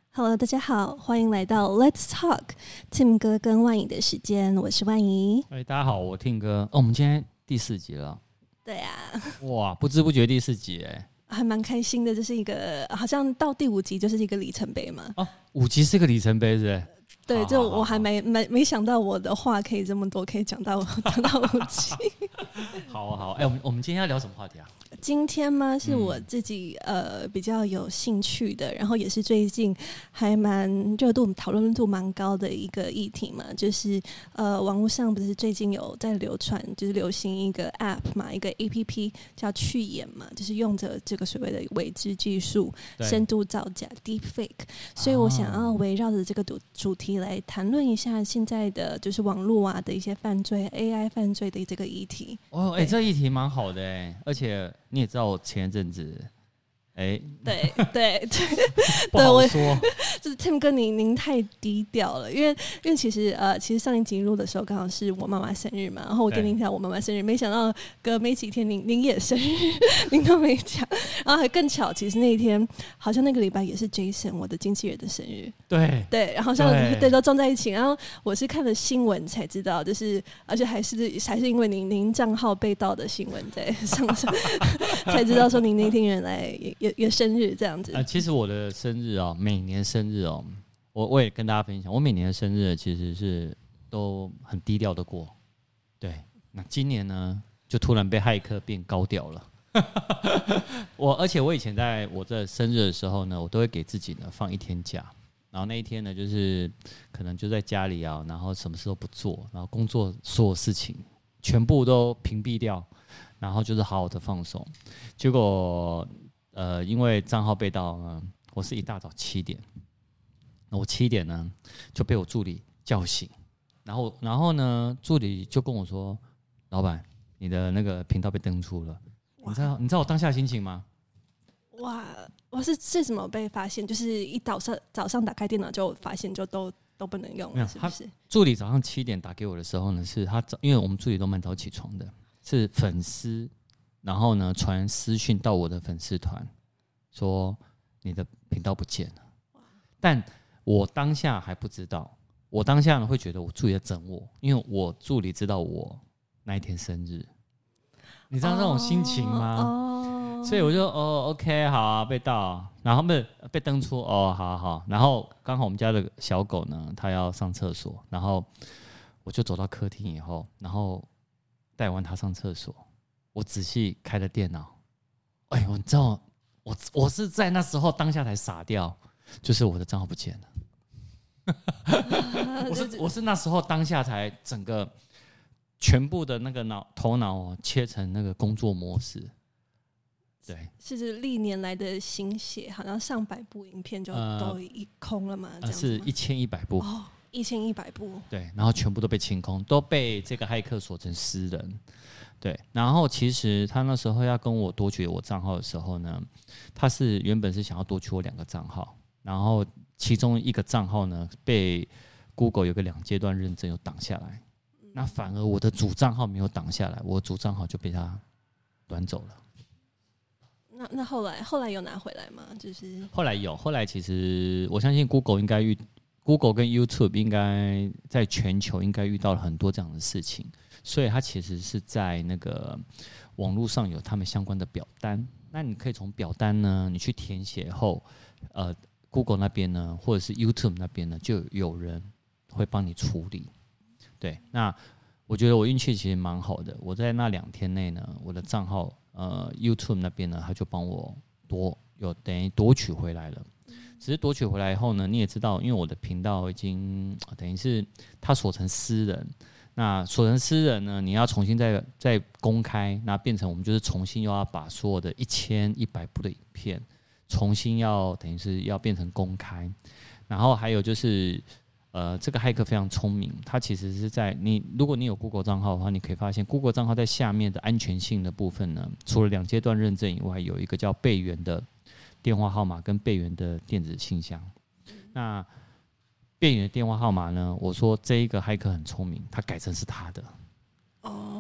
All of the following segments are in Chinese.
Hello， 大家好，欢迎来到 Let's Talk Tim 哥跟万怡的时间，我是万怡。 大家好，我 Tim 哥。我们今天第4集了。 对啊， 哇，不知不觉第4集还蛮开心的。这是一个好像到第5集就是一个里程碑嘛。 5集是个里程碑，是不是？ 对，就我还没想到我的话可以这么多，可以讲到5集。 好，我们今天要聊什么话题啊？ 今天吗？是我自己比较有兴趣的，然后也是最近还蛮热度、讨论度蛮高的一个议题嘛，就是网络上不是最近有在流传，就是流行一个 App 嘛，一个 APP 叫去眼嘛，就是用着这个所谓的伪知技术、深度造假 Deepfake， 所以我想要围绕着这个主题来谈论一下现在的就是网络啊的一些犯罪、AI 犯罪的这个议题。 这议题蛮好的而且你也知道我前一阵子， 对， 不好说， 就是 Tim 哥您太低调了，因为其实上一集录的时候刚好是我妈妈生日嘛，然后我跟您讲我妈妈生日，没想到隔没几天您也生日，您都没讲，然后还更巧，其实那一天好像那个礼拜也是 Jason 我的经纪人的生日，对，然后像对都撞在一起，然后我是看了新闻才知道，就是而且还是因为您账号被盗的新闻在上才知道说您那天原来也生日这样子。 其实我的生日每年生日我也跟大家分享，我每年的生日其实是都很低调的过。对，那今年呢，就突然被骇客变高调了。而且我以前在我这生日的时候呢，我都会给自己呢放1天假，然后那一天呢，就是可能就在家里然后什么事都不做，然后工作所有事情全部都屏蔽掉，然后就是好好的放松。结果因为账号被盗呢，我是一大早7点，我7点呢就被我助理叫醒，然后呢，助理就跟我说：“老板，你的那个频道被登出了。”你知道我当下的心情吗？ 哇，我是怎么被发现？就是一早上打开电脑就发现，就都不能用了，是不是？ 助理早上7点打给我的时候呢，是他因为我们助理都蛮早起床的，是粉丝，然后呢传私讯到我的粉丝团，说你的频道不见了。但我当下还不知道，我当下呢会觉得我助理在整我，因为我助理知道我那一天生日。你知道那种心情吗？所以我就OK 好啊，被盗，然后被登出好，然后刚好我们家的小狗呢，它要上厕所，然后我就走到客厅以后，然后带完它上厕所，我仔细开了电脑，你知道我是在那时候当下才傻掉，就是我的账号不见了。我是那时候当下才整个。全部的那个头脑切成那个工作模式，对， 是历年来的心血，好像上百部影片就都一空了嘛？这样子是1100部 ，1100部， 对，然后全部都被清空，都被这个骇客锁成私人，对，然后其实他那时候要跟我夺取我账号的时候呢，他是原本是想要夺取我2个账号，然后其中一个账号呢被 Google 有个2阶段认证有挡下来。那反而我的主账号没有挡下来，我的主账号就被他端走了。 那后来有拿回来吗？就是后来其实我相信 Google 跟 YouTube 应该在全球应该遇到了很多这样的事情，所以它其实是在那个网络上有他们相关的表单。那你可以从表单呢，你去填写后，Google 那边呢，或者是 YouTube 那边呢，就有人会帮你处理。对，那我觉得我运气其实蛮好的。我在那2天内呢，我的账号YouTube 那边呢，他就帮我等于夺取回来了。只是夺取回来以后呢，你也知道，因为我的频道已经等于是他锁成私人。那锁成私人呢，你要重新再公开，那变成我们就是重新又要把所有的1100部的影片重新要等于是要变成公开。然后还有就是。这个骇客非常聪明，他其实是在如果你有 Google 账号的话，你可以发现 Google 账号在下面的安全性的部分呢，除了2阶段认证以外，有一个叫备援的电话号码跟备援的电子信箱。那备援的电话号码呢，我说这一个骇客很聪明，他改成是他的。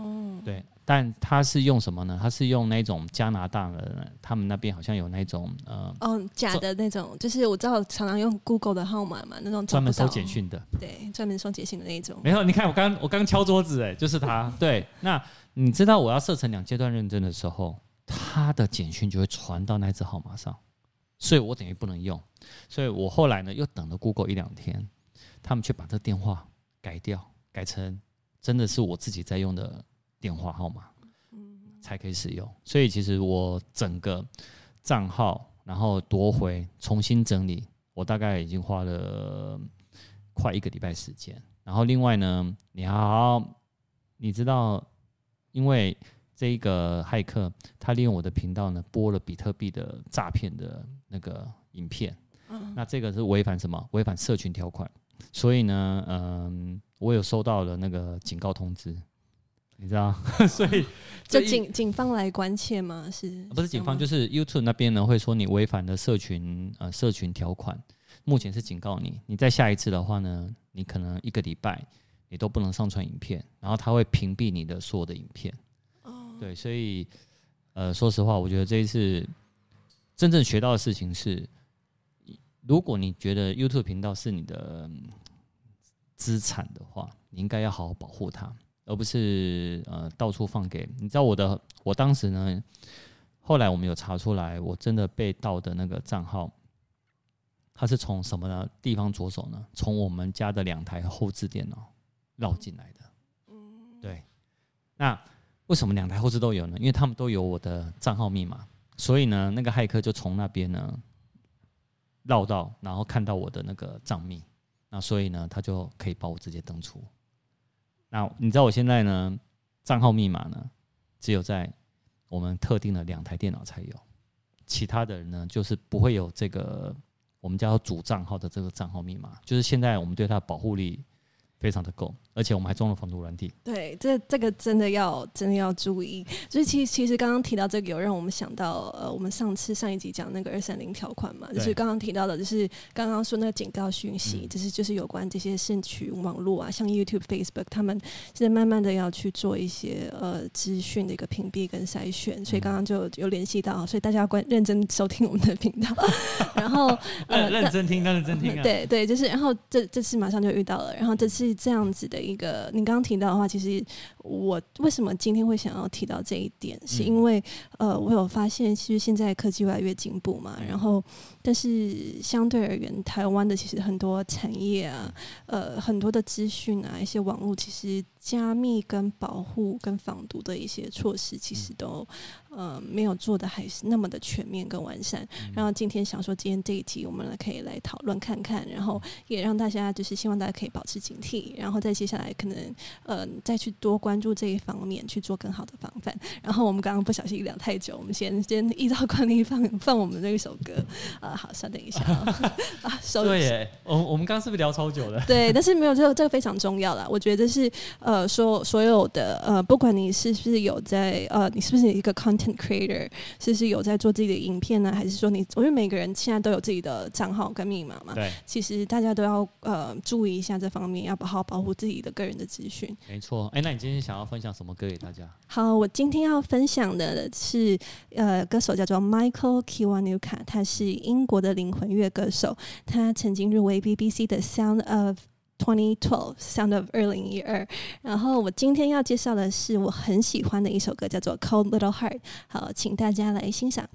对，但他是用什么呢？他是用那种加拿大的，他们那边好像有那种假的那种，就是我知道常常用 Google 的号码嘛，那种专门收简讯的， 对，专门收简讯的那种。 没有，你看我刚敲桌子，就是他。对，那你知道我要设成2阶段认证的时候，他的简讯就会传到那只号码上，所以我等于不能用。所以我后来呢又等了 Google 1-2天，他们去把这电话改掉，改成真的是我自己在用的电话号码，才可以使用。所以其实我整个账号然后夺回重新整理，我大概已经花了快1个礼拜时间。然后另外呢，你知道，因为这一个骇客他利用我的频道呢播了比特币的诈骗的那个影片，那这个是违反什么？违反社群条款。所以呢，我有收到了那个警告通知，你知道，所以就警方来关切吗？ 不是警方，就是 YouTube 那边呢会说你违反了社群条款，目前是警告你，你再下一次的话呢，你可能1个礼拜你都不能上传影片，然后他会屏蔽你的所有的影片。对，所以说实话，我觉得这一次真正学到的事情是，如果你觉得 YouTube 频道是你的资产的话，你应该要好好保护它，而不是到处放给。你知道我当时呢，后来我们有查出来，我真的被盗的那个账号，它是从什么地方着手呢？从我们家的2台后置电脑绕进来的。对，那为什么2台后置都有呢？因为他们都有我的账号密码，所以呢，那个骇客就从那边呢绕到，然后看到我的那个账密，那所以呢，他就可以把我直接登出。那你知道我现在呢，账号密码呢，只有在我们特定的2台电脑才有，其他的人呢，就是不会有这个我们叫主账号的这个账号密码，就是现在我们对它的保护力非常的够，而且我们还装了防毒软体。 对，这个真的要注意。就是其实刚刚提到这个，有让我们想到我们上一集讲那个230条款嘛，就是刚刚提到的，就是刚刚说那个警告讯息，就是有关这些社群网络啊，像 YouTube、Facebook， 他们现在慢慢的要去做一些资讯的一个屏蔽跟筛选，所以刚刚就有联系到，所以大家要认真收听我们的频道，然后认真听啊。 对，就是然后这次马上就遇到了，然后这次这样子的一个，你刚刚提到的话，其实我为什么今天会想要提到这一点，是因为我有发现，其实现在科技越来越进步嘛，然后但是相对而言，台湾的其实很多产业啊，很多的资讯啊，一些网络，其实加密跟保护跟防毒的一些措施，其实都没有做的还是那么的全面跟完善。然后今天想说，今天这一集我们可以来讨论看看，然后也让大家就是希望大家可以保持警惕，然后再接下来可能再去多关注这一方面，去做更好的防范。然后我们刚刚不小心聊太久，我们先依照惯例放我们那一首歌。好，稍等一下对耶，我们刚刚是不是聊超久了？ 对，但是没有这个非常重要啦。我觉得是所有的不管你是不是有在你是不是一个 content creator， 是不是有在做自己的影片呢，还是说我觉得每个人现在都有自己的账号跟密码嘛？对，其实大家都要注意一下这方面，要好好保护自己的个人的资讯。 没错，那你今天想要分享什么歌给大家？ 好，我今天要分享的是歌手叫做 Michael Kiwanuka， 他是英国的灵魂乐歌手，他曾经入围 BBC 的 Sound of 2012 Sound of 2012。然后我今天要介绍的是我很喜欢的一首歌，叫做 Cold Little Heart。好，请大家来欣赏。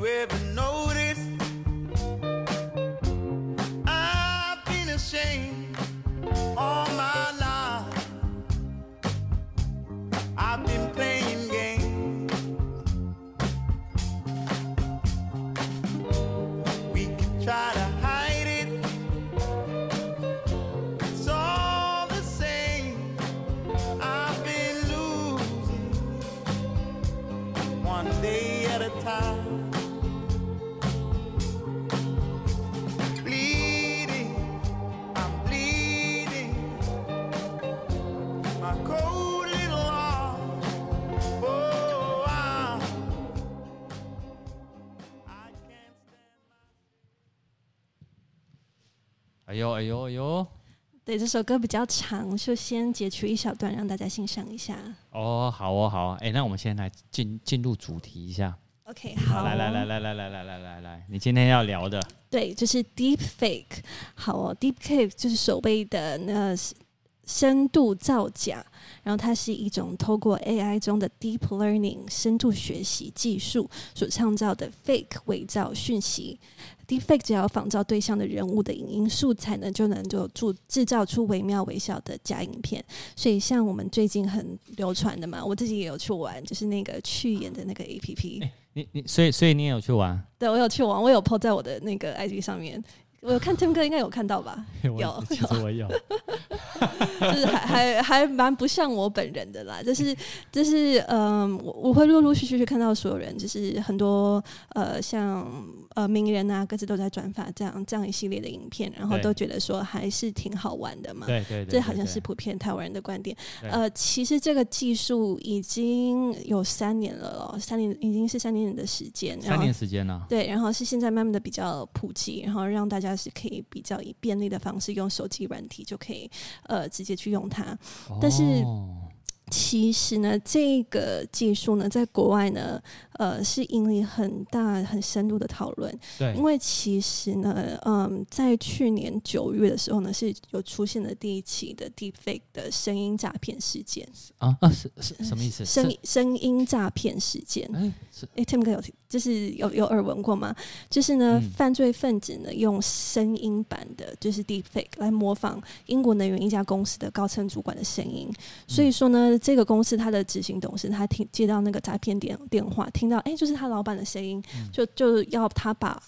ever notice I've been ashamed all my life? I've been playing games. We can try to hide it, it's all the same. I've been losing one day at a time. Bleeding, I'm bleeding, my cold little heart. Oh, I can't stand my... 哎呦哎呦哎呦！ 对，这首歌比较长，就先截取一小段让大家欣赏一下。 哦，好哦好啊，那我们先来进入主题一下。 OK， 好， 来，你今天要聊的， 对，就是 Deep Fake。好哦，Deep Fake 就是所谓的深度造假，然后它是一种透过 AI 中的 Deep Learning 深度学习技术所创造的 Fake 伪造讯息。Deepfake 只要仿照对象的人物的影音素材呢，就能制造出惟妙惟肖的假影片。所以像我们最近很流传的嘛，我自己也有去玩，就是那个去演的那个 APP。 所以你也有去玩？ 对，我有去玩，我有 po 在我的那个 IG 上面。我有看 Tim 哥应该有看到吧？有， 其实我有， 就是还蛮不像我本人的啦。就是我会陆陆续续看到所有人，就是很多像名人啊，各自都在转发这样一系列的影片，然后都觉得说还是挺好玩的嘛。 对， 这好像是普遍台湾人的观点。其实这个技术已经有3年了咯，3年已经是3年的时间，3 年时间了。 对，然后是现在慢慢的比较普及，然后让大家是可以比较以便利的方式用手机软体就可以直接去用它。但是其实呢，这个技术呢，在国外呢，是引起很大、很深入的讨论。 对， 因为其实呢，在去年9月的时候呢，是有出现了第一起的 Deepfake 的声音诈骗事件。 是什么意思？ 声音诈骗事件。Tim 哥就是有耳闻过吗？就是呢，犯罪分子呢用声音版的，就是 Deepfake 来模仿英国能源一家公司的高层主管的声音。所以说呢，这个公司他的执行董事他接到那个诈骗电话，听到就是他老板的声音，就要他把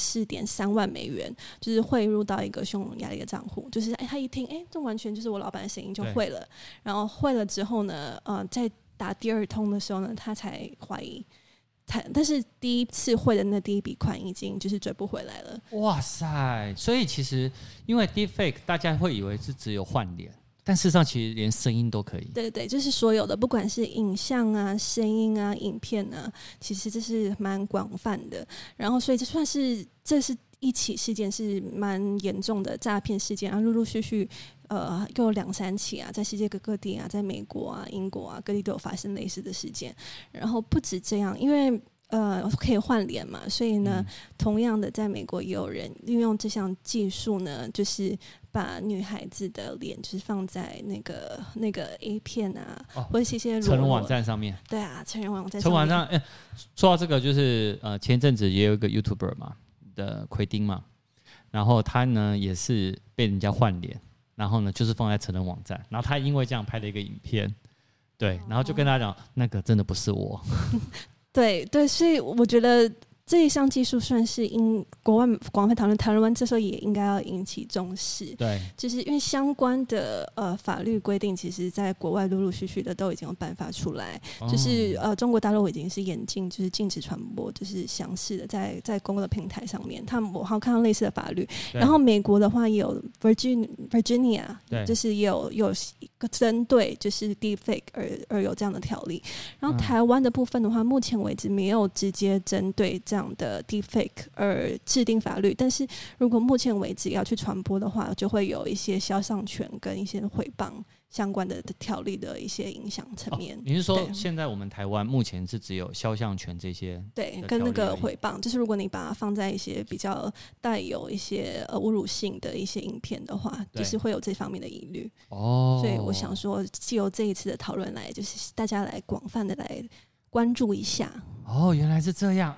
24.3万美元就是汇入到一个匈牙利的账户。就是他一听这完全就是我老板的声音，就汇了。然后汇了之后呢，在打第2通的时候呢，他才怀疑。但是第一次汇的那第一笔款已经就是追不回来了。 哇塞！所以其实因为 Deepfake 大家会以为是只有换脸，但事实上其实连声音都可以。对， 就是所有的，不管是影像啊、声音啊、影片啊，其实这是蛮广泛的。然后所以这是一起事件，是蛮严重的诈骗事件，然后陆陆续续又有2-3起啊，在世界各地啊，在美国啊、英国啊各地都有发生类似的事件。然后不止这样，因为可以换脸嘛，所以呢，同样的在美国也有人运用这项技术呢，就是把女孩子的脸就是放在那个 A 片啊，或者是一些成人网站上面。 对啊，成人网站上面。 成人网站，说到这个，就是前阵子也有一个 YouTuber 嘛的奎丁嘛，然后他呢也是被人家换脸，然后呢就是放在成人网站，然后他因为这样拍了一个影片，对，然后就跟他讲那个真的不是我。 对，所以我觉得这一项技术算是国外广泛讨论，台湾这时候也应该要引起重视。 对， 就是因为相关的法律规定，其实在国外陆陆续续的都已经有颁发出来。就是中国大陆已经是严禁，就是禁止传播，就是详细的在公共的平台上面，我好像看到类似的法律。然后美国的话也有 Virginia， 就是也有一个针对就是 Deepfake 而有这样的条例。然后台湾的部分的话，目前为止没有直接针对这样的 Deepfake 而制定法律，但是如果目前为止要去传播的话，就会有一些肖像权跟一些诽谤相关的条例的一些影响层面。 你是说现在我们台湾目前是只有肖像权这些？ 对，跟那个诽谤，就是如果你把它放在一些比较带有一些侮辱性的一些影片的话，就是会有这方面的疑虑。所以我想说，藉由这一次的讨论来，就是大家来广泛的来关注一下。 原来是这样。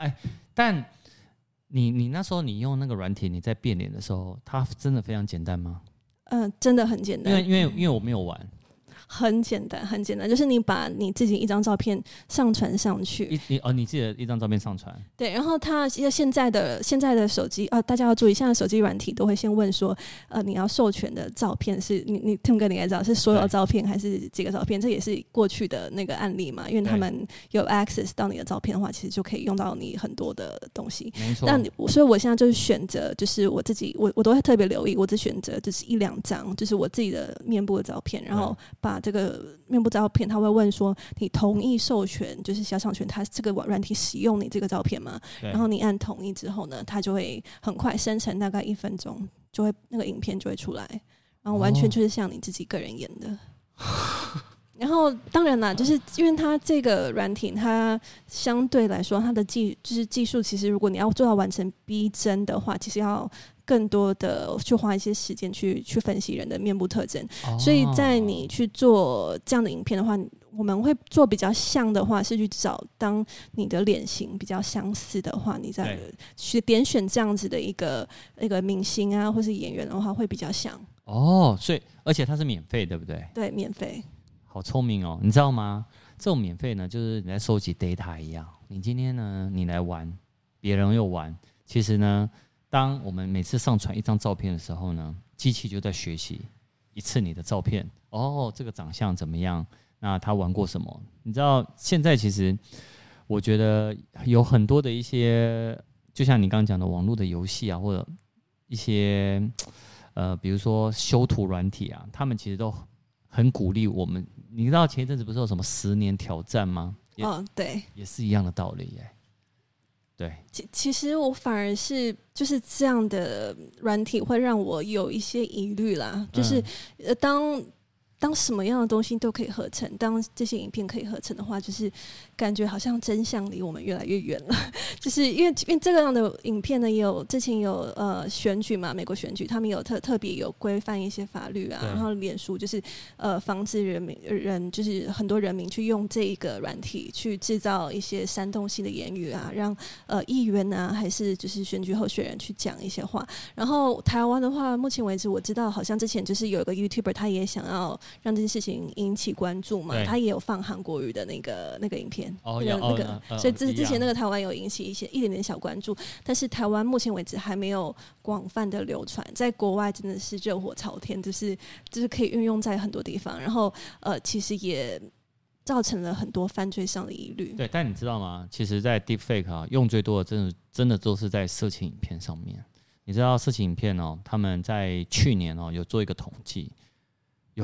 但你那时候你用那个软体，你在变脸的时候，它真的非常简单吗？ 真的很简单， 因为我没有玩， 很简单，很简单，就是你把你自己一张照片上传上去， 你自己的一张照片上传， 对，然后它现在的手机大家要注意，现在手机软体都会先问说，你要授权的照片是你 Tim 哥你应该知道是所有照片还是几个照片，这也是过去的那个案例嘛，因为他们有 access 到你的照片的话，其实就可以用到你很多的东西。 没错。 所以我现在就是选择，就是我自己我都会特别留意，我只选择就是1-2张，就是我自己的面部的照片，然后把这个面部照片，他会问说你同意授权，就是肖像权，他这个软体使用你这个照片吗？然后你按同意之后呢，它就会很快生成，大概1分钟就会那个影片就会出来，然后完全就是像你自己个人演的。然后当然啦，就是因为它这个软体，它相对来说它的技术，其实如果你要做到完成逼真的话，其实要更多的去花一些时间去分析人的面部特征。所以在你去做这样的影片的话，我们会做比较像的话，是去找当你的脸型比较相似的话，你再去点选这样子的一个明星啊，或是演员的话，会比较像。 所以而且它是免费，对不对？ 对，免费。 好聪明哦，你知道吗？这种免费呢，就是你在收集 data 一样。你今天呢，你来玩，别人又玩。其实呢，当我们每次上传一张照片的时候呢，机器就在学习一次你的照片。这个长相怎么样？那他玩过什么？你知道现在其实我觉得有很多的一些，就像你刚刚讲的网络的游戏啊，或者一些比如说修图软体啊，他们其实都很鼓励我们。你知道前一阵子不是有什么10年挑战吗？ 对， 也是一样的道理耶。对， 其实我反而是就是这样的软体会让我有一些疑虑啦，就是当什么样的东西都可以合成，当这些影片可以合成的话，就是感觉好像真相离我们越来越远了。就是因为这个样的影片呢，也有之前有选举嘛，美国选举，他们有特别有规范一些法律啊，然后脸书就是防止人就是很多人民去用这一个软体去制造一些煽动性的言语啊，让议员啊还是就是选举候选人去讲一些话。然后台湾的话，目前为止我知道好像之前就是有一个 YouTuber 他也想要让这件事情引起关注嘛，他也有放韩国语的那个影片，所以之前那个台湾有引起一点点小关注，但是台湾目前为止还没有广泛的流传，在国外真的是热火朝天，就是可以运用在很多地方，然后其实也造成了很多犯罪上的疑虑。 对，但你知道吗？其实，在 Deepfake 用最多的真的都是在色情影片上面。你知道色情影片他们在去年有做一个统计。有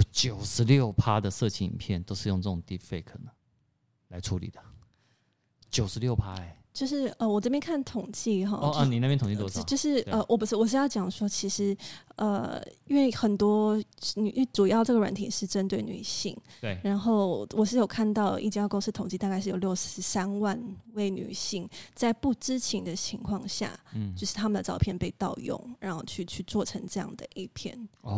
96%的色情影片都是用这种 deepfake 来处理的，96% 就是我这边看统计哈， 你那边统计多少？ 就是我是要讲说，其实因为很多因为主要这个软体是针对女性， 对。 然后我是有看到一家公司统计，大概是有63万位女性在不知情的情况下，就是他们的照片被盗用，然后去做成这样的影片。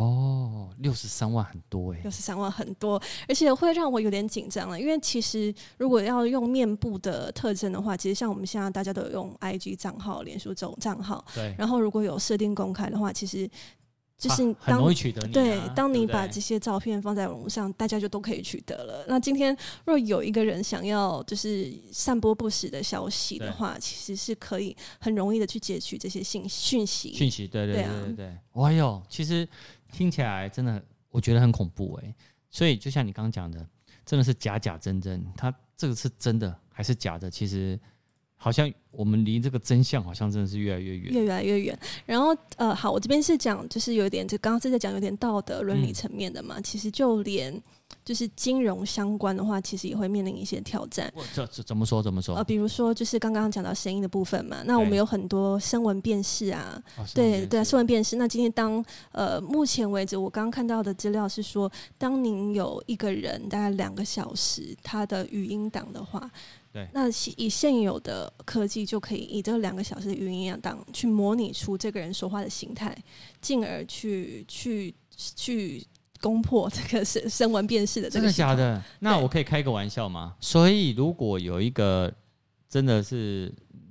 63万很多 63万很多，而且会让我有点紧张了，因为其实如果要用面部的特征的话，其实像我们现在大家都有用 IG 账号、脸书账号， 对。 然后如果有设定公开的话，其实就是很容易取得你对，当你把这些照片放在网络上，大家就都可以取得了。那今天若有一个人想要就是散播不实的消息的话，其实是可以很容易的去截取这些讯息。 对。哎呦，其实听起来真的我觉得很恐怖所以就像你刚刚讲的，真的是假真，它这个是真的还是假的？其实好像我们离这个真相好像真的是越来越远。然后好，我这边是讲就是有点，就刚刚是在讲有点道德伦理层面的嘛。其实就连就是金融相关的话，其实也会面临一些挑战。 这怎么说？ 比如说就是刚刚讲到声音的部分嘛，那我们有很多声纹辨识啊，对，声纹辨识。那今天目前为止我刚刚看到的资料是说，当您有一个人大概2个小时他的语音档的话。 对， 那以现有的科技就可以以这2个小时的语音档去模拟出这个人说话的形态，进而去攻破这个声纹辨识的这个。 真的假的？那我可以开个玩笑吗？所以如果有一个真的是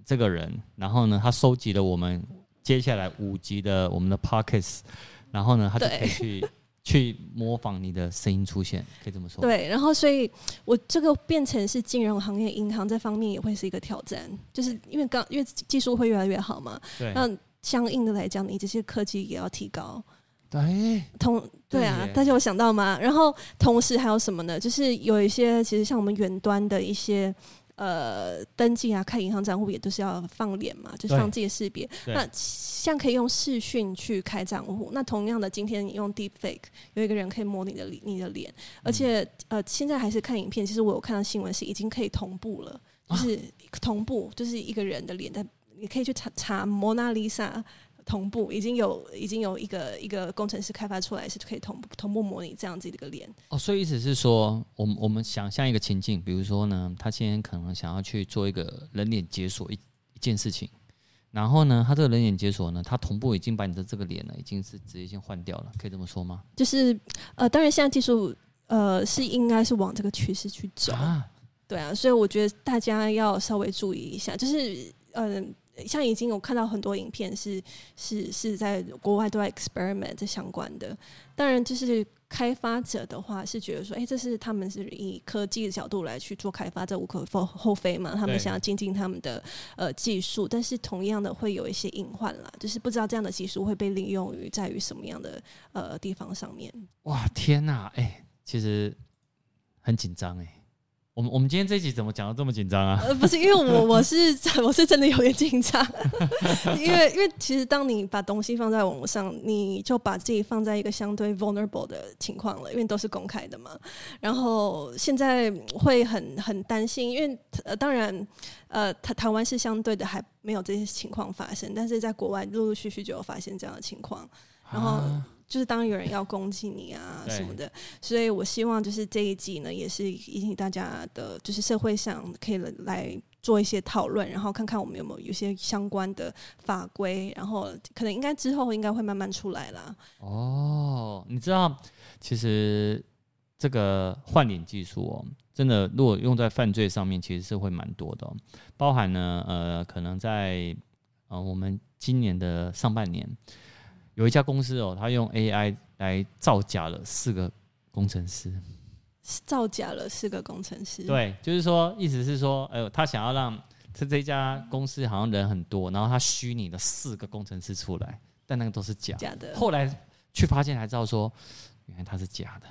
这个人，然后呢，他收集了我们接下来5集的我们的 podcast， 然后呢，他就可以去模仿你的声音出现，可以这么说。 对，然后所以我这个变成是金融行业、银行这方面也会是一个挑战，就是因为技术会越来越好嘛， 对， 那相应的来讲，你这些科技也要提高。 对， 对啊，大家有想到吗？然后同时还有什么呢？就是有一些其实像我们远端的一些登记啊、开银行账户也都是要放脸嘛，就是放自己的识别。那像可以用视讯去开账户，那同样的，今天你用 Deepfake， 有一个人可以摸你的脸，而且现在还是看影片，其实我有看到新闻是已经可以同步了，就是同步，就是一个人的脸在，你可以去查蒙娜丽莎。同步已经有一个工程师开发出来是可以同步模拟这样子的一个脸。 所以意思是说，我们想象一个情境，比如说呢，他今天可能想要去做一个人脸解锁一件事情，然后呢，他这个人脸解锁呢，他同步已经把你的这个脸呢，已经是直接先换掉了，可以这么说吗？ 就是当然现在技术是应该是往这个趋势去走对啊，所以我觉得大家要稍微注意一下，就是像已经有看到很多影片是在国外都在 experiment 这相关的，当然就是开发者的话是觉得说，这是他们是以科技的角度来去做开发，这无可厚非嘛，他们想要精进他们的技术，但是同样的会有一些隐患啦，就是不知道这样的技术会被利用于在于什么样的地方上面。 哇，天哪，其实很紧张我们今天这一集怎么讲到这么紧张啊？ 不是，因为我是真的有点紧张，因为其实当你把东西放在网络上，你就把自己放在一个相对 vulnerable 的情况了，因为都是公开的嘛。然后现在会很担心，因为当然台湾是相对的还没有这些情况发生，但是在国外陆陆续续就有发现这样的情况，然后。就是当有人要攻击你啊什么的，所以我希望就是这一集呢，也是引起大家的，就是社会上可以来做一些讨论，然后看看我们有没有一些相关的法规，然后可能应该之后应该会慢慢出来啦。 你知道，其实这个换脸技术真的如果用在犯罪上面，其实是会蛮多的包含呢可能在我们今年的上半年。有一家公司他用 AI 来造假了4个工程师， 造假了4个工程师。 对，就是说，意思是说，他想要让这家公司好像人很多，然后他虚拟了4个工程师出来，但那个都是假的。后来去发现才知道说，原来他是假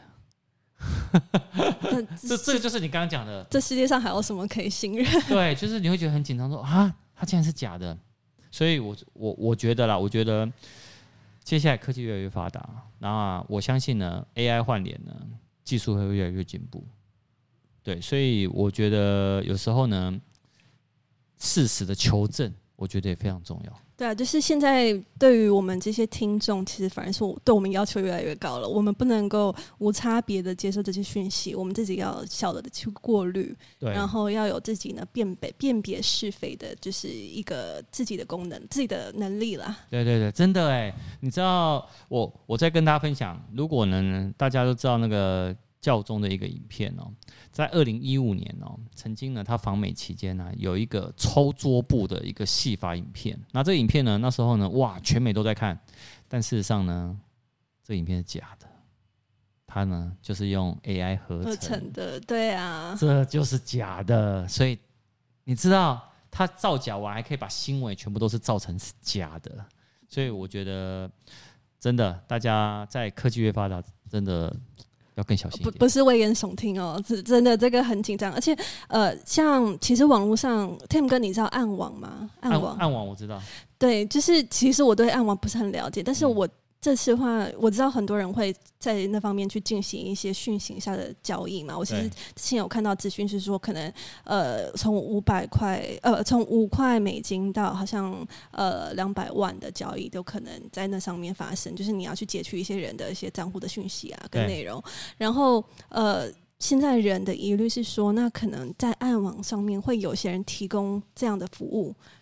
的。这就是你刚刚讲的， 这世界上还有什么可以信任？ 对，就是你会觉得很紧张，说他竟然是假的。所以我觉得啦，我觉得。接下来科技越来越发达，那我相信呢 ，AI 换脸呢技术会越来越进步。对，所以我觉得有时候呢，事实的求证，我觉得也非常重要。 对啊，就是现在对于我们这些听众，其实反而是对我们要求越来越高了。我们不能够无差别的接受这些讯息，我们自己要晓得的去过滤，然后要有自己呢辨别是非的，就是一个自己的功能、自己的能力啦。 对，真的你知道我在跟大家分享，如果呢大家都知道那个教宗的一个影片在2015年曾经呢他访美期间呢有一个抽桌布的一个戏法影片，那这个影片呢那时候呢哇全美都在看，但事实上呢这个影片是假的，它呢就是用 AI 合成的，对啊， 这就是假的，所以你知道他造假完还可以把新闻全部都是造成是假的，所以我觉得真的大家在科技越发达真的要更小心一点， 不是危言耸听真的这个很紧张，而且像其实网络上 Tim 哥你知道暗网吗？ 暗网我知道， 对，就是其实我对暗网不是很了解，但是我这次的话，我知道很多人会在那方面去进行一些讯息下的交易嘛。我其实之前有看到资讯是说，可能从5块美金到好像200万的交易都可能在那上面发生，就是你要去截取一些人的一些账户的讯息啊跟内容，然后现在人的疑虑是说，那可能在暗网上面会有些人提供这样的服务，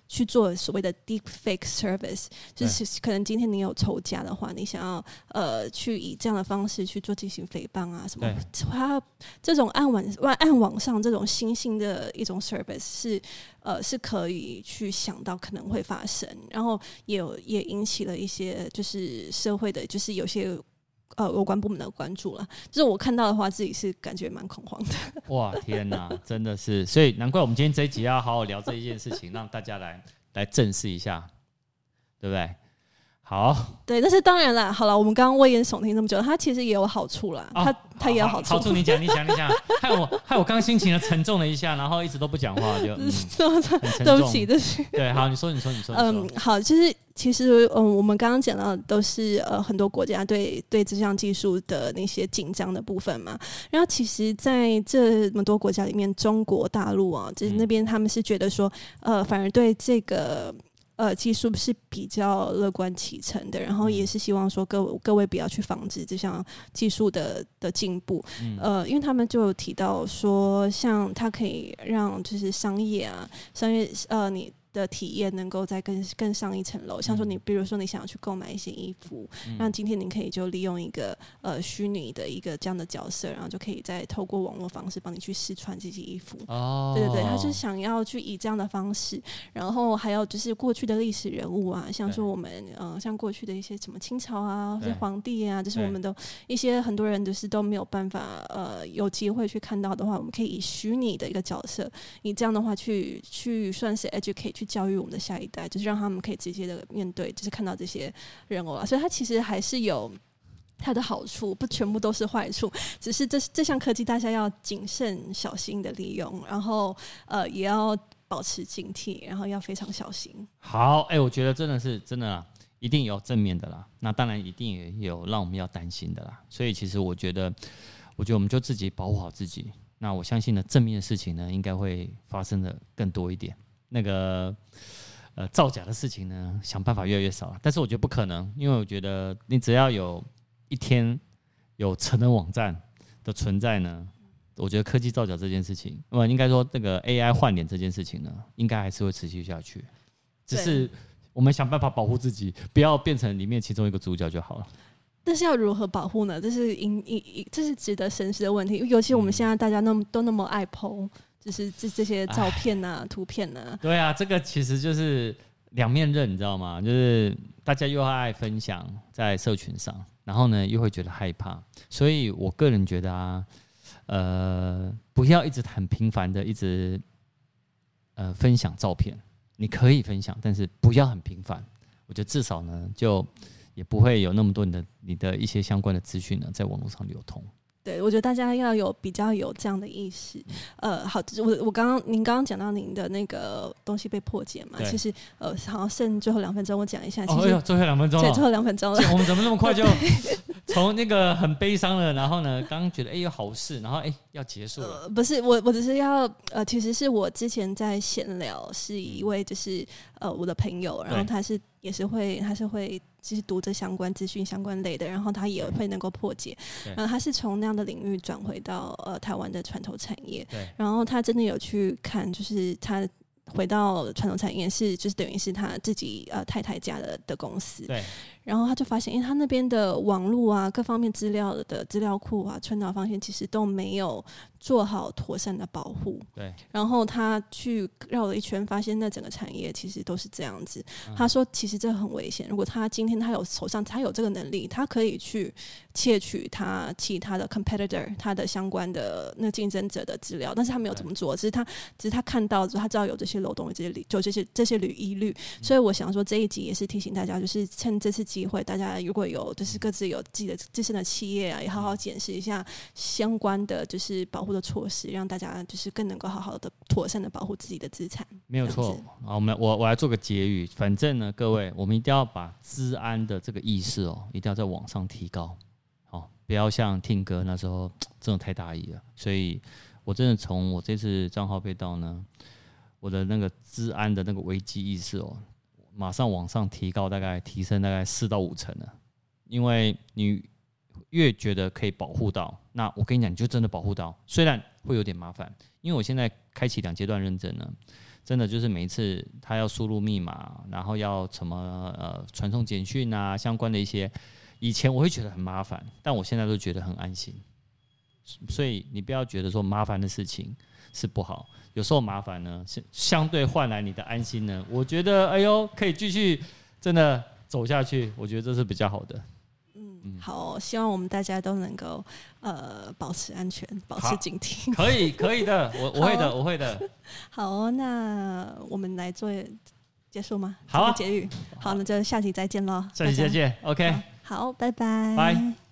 去做所谓的 deepfake service， 就是可能今天你有仇家的话，你想要去以这样的方式去做进行诽谤啊什么，它这种暗网上这种新兴的一种 service 是可以去想到可能会发生，然后也引起了一些就是社会的，就是有些有关部门的关注了。就是我看到的话，自己是感觉蛮恐慌的。 哇，天哪，真的是，所以难怪我们今天这一集要好好聊这一件事情，让大家来正视一下，对不对？好， 对，但是当然啦，好了，我们刚刚危言耸听这么久，它其实也有好处啦，它也有好处。 好处你讲，害我刚心情沉重了一下，然后一直都不讲话，就很沉重。 对不起， 对，好，你说。 好，其实我们刚刚讲到的都是很多国家对这项技术的那些紧张的部分嘛。然后其实，在这么多国家里面，中国大陆啊，就是那边他们是觉得说，反而对这个。技术是比较乐观其成的，然后也是希望说各位不要去防止这项技术的进步，因为他们就有提到说，像它可以让就是商业你的体验能够再更上一层楼，像说你比如说你想要去购买一些衣服，那今天你可以就利用一个虚拟的一个这样的角色，然后就可以再透过网络方式帮你去试穿这些衣服。对，他就想要去以这样的方式，然后还有就是过去的历史人物啊，像说我们像过去的一些什么清朝啊，或者皇帝啊，就是我们的一些很多人就是都没有办法有机会去看到的话，我们可以以虚拟的一个角色，以这样的话去算是 educate 去教育我们的下一代，就是让他们可以直接的面对，就是看到这些人偶啊，所以它其实还是有它的好处，不全部都是坏处，只是这项科技大家要谨慎小心的利用，然后也要保持警惕，然后要非常小心。 好，我觉得真的啦，一定有正面的啦，那当然一定也有让我们要担心的啦，所以其实我觉得我们就自己保护好自己，那我相信呢，正面的事情呢，应该会发生的更多一点。那个造假的事情呢，想办法越来越少了，但是我觉得不可能，因为我觉得你只要有一天有成人网站的存在呢，我觉得科技造假这件事情，应该说那个 AI 换脸这件事情呢，应该还是会持续下去，只是我们想办法保护自己，不要变成里面其中一个主角就好了。 但是要如何保护呢？这是值得深思的问题，尤其我们现在大家都那么爱 po。就是这些照片啊、图片啊， 对啊，这个其实就是两面刃，你知道吗？就是大家又爱分享在社群上，然后呢又会觉得害怕，所以我个人觉得啊，不要一直很频繁的一直分享照片，你可以分享，但是不要很频繁。我觉得至少呢，就也不会有那么多你的一些相关的资讯呢在网络上流通。 对，我觉得大家要比较有这样的意识。好，您刚刚讲到您的那个东西被破解嘛，其实好像剩最后2分钟，我讲一下。其实最后2分钟了， 对，最后2分钟了。 我们怎么那么快就从那个很悲伤了，然后呢，刚刚觉得有好事，然后要结束了。 不是，我只是要其实是我之前在闲聊，是一位就是我的朋友，然后他是会就是读这相关资讯相关类的，然后他也会能够破解，然后他是从那样的领域转回到台湾的传统产业，然后他真的有去看，就是他回到传统产业就是等于是他自己太太家的公司，对，然后他就发现，他那边的网络啊，各方面资料的资料库啊，传导方向其实都没有做好妥善的保护。对，然后他去绕了一圈，发现那整个产业其实都是这样子。他说，其实这很危险。如果他今天他有手上他有这个能力，他可以去窃取他其他的 competitor 他的相关的那竞争者的资料，但是他没有这么做，只是他看到之后，他知道有这些漏洞，这些疑虑。所以我想说，这一集也是提醒大家，就是趁这次机会，大家如果有就是各自有自己的自身的企业啊，也好好检视一下相关的就是保护的措施，让大家就是更能够好好的妥善的保护自己的资产。没有错。 好，我来做个结语。反正呢，各位，我们一定要把资安的这个意识一定要在网上提高。好，不要像听哥那时候真的太大意了。所以我真的从我这次账号被盗呢，我的那个资安的那个危机意识马上往上提高，提升大概4到5成了。因为你越觉得可以保护到，那我跟你讲，你就真的保护到。虽然会有点麻烦， 因为我现在开启2阶段认证呢，真的就是每一次他要输入密码，然后要什么传送简讯啊，相关的一些，以前我会觉得很麻烦，但我现在都觉得很安心。所以你不要觉得说麻烦的事情是不好，有时候麻烦呢是相对换来你的安心呢，我觉得哎呦可以继续真的走下去，我觉得这是比较好的。 好，希望我们大家都能够保持安全，保持警惕。 可以的，我会的。 好哦，那我们来做结束吗？ 好啊， 结语。好，那就下期再见喽。 下期再见。OK， 好，拜拜。 拜。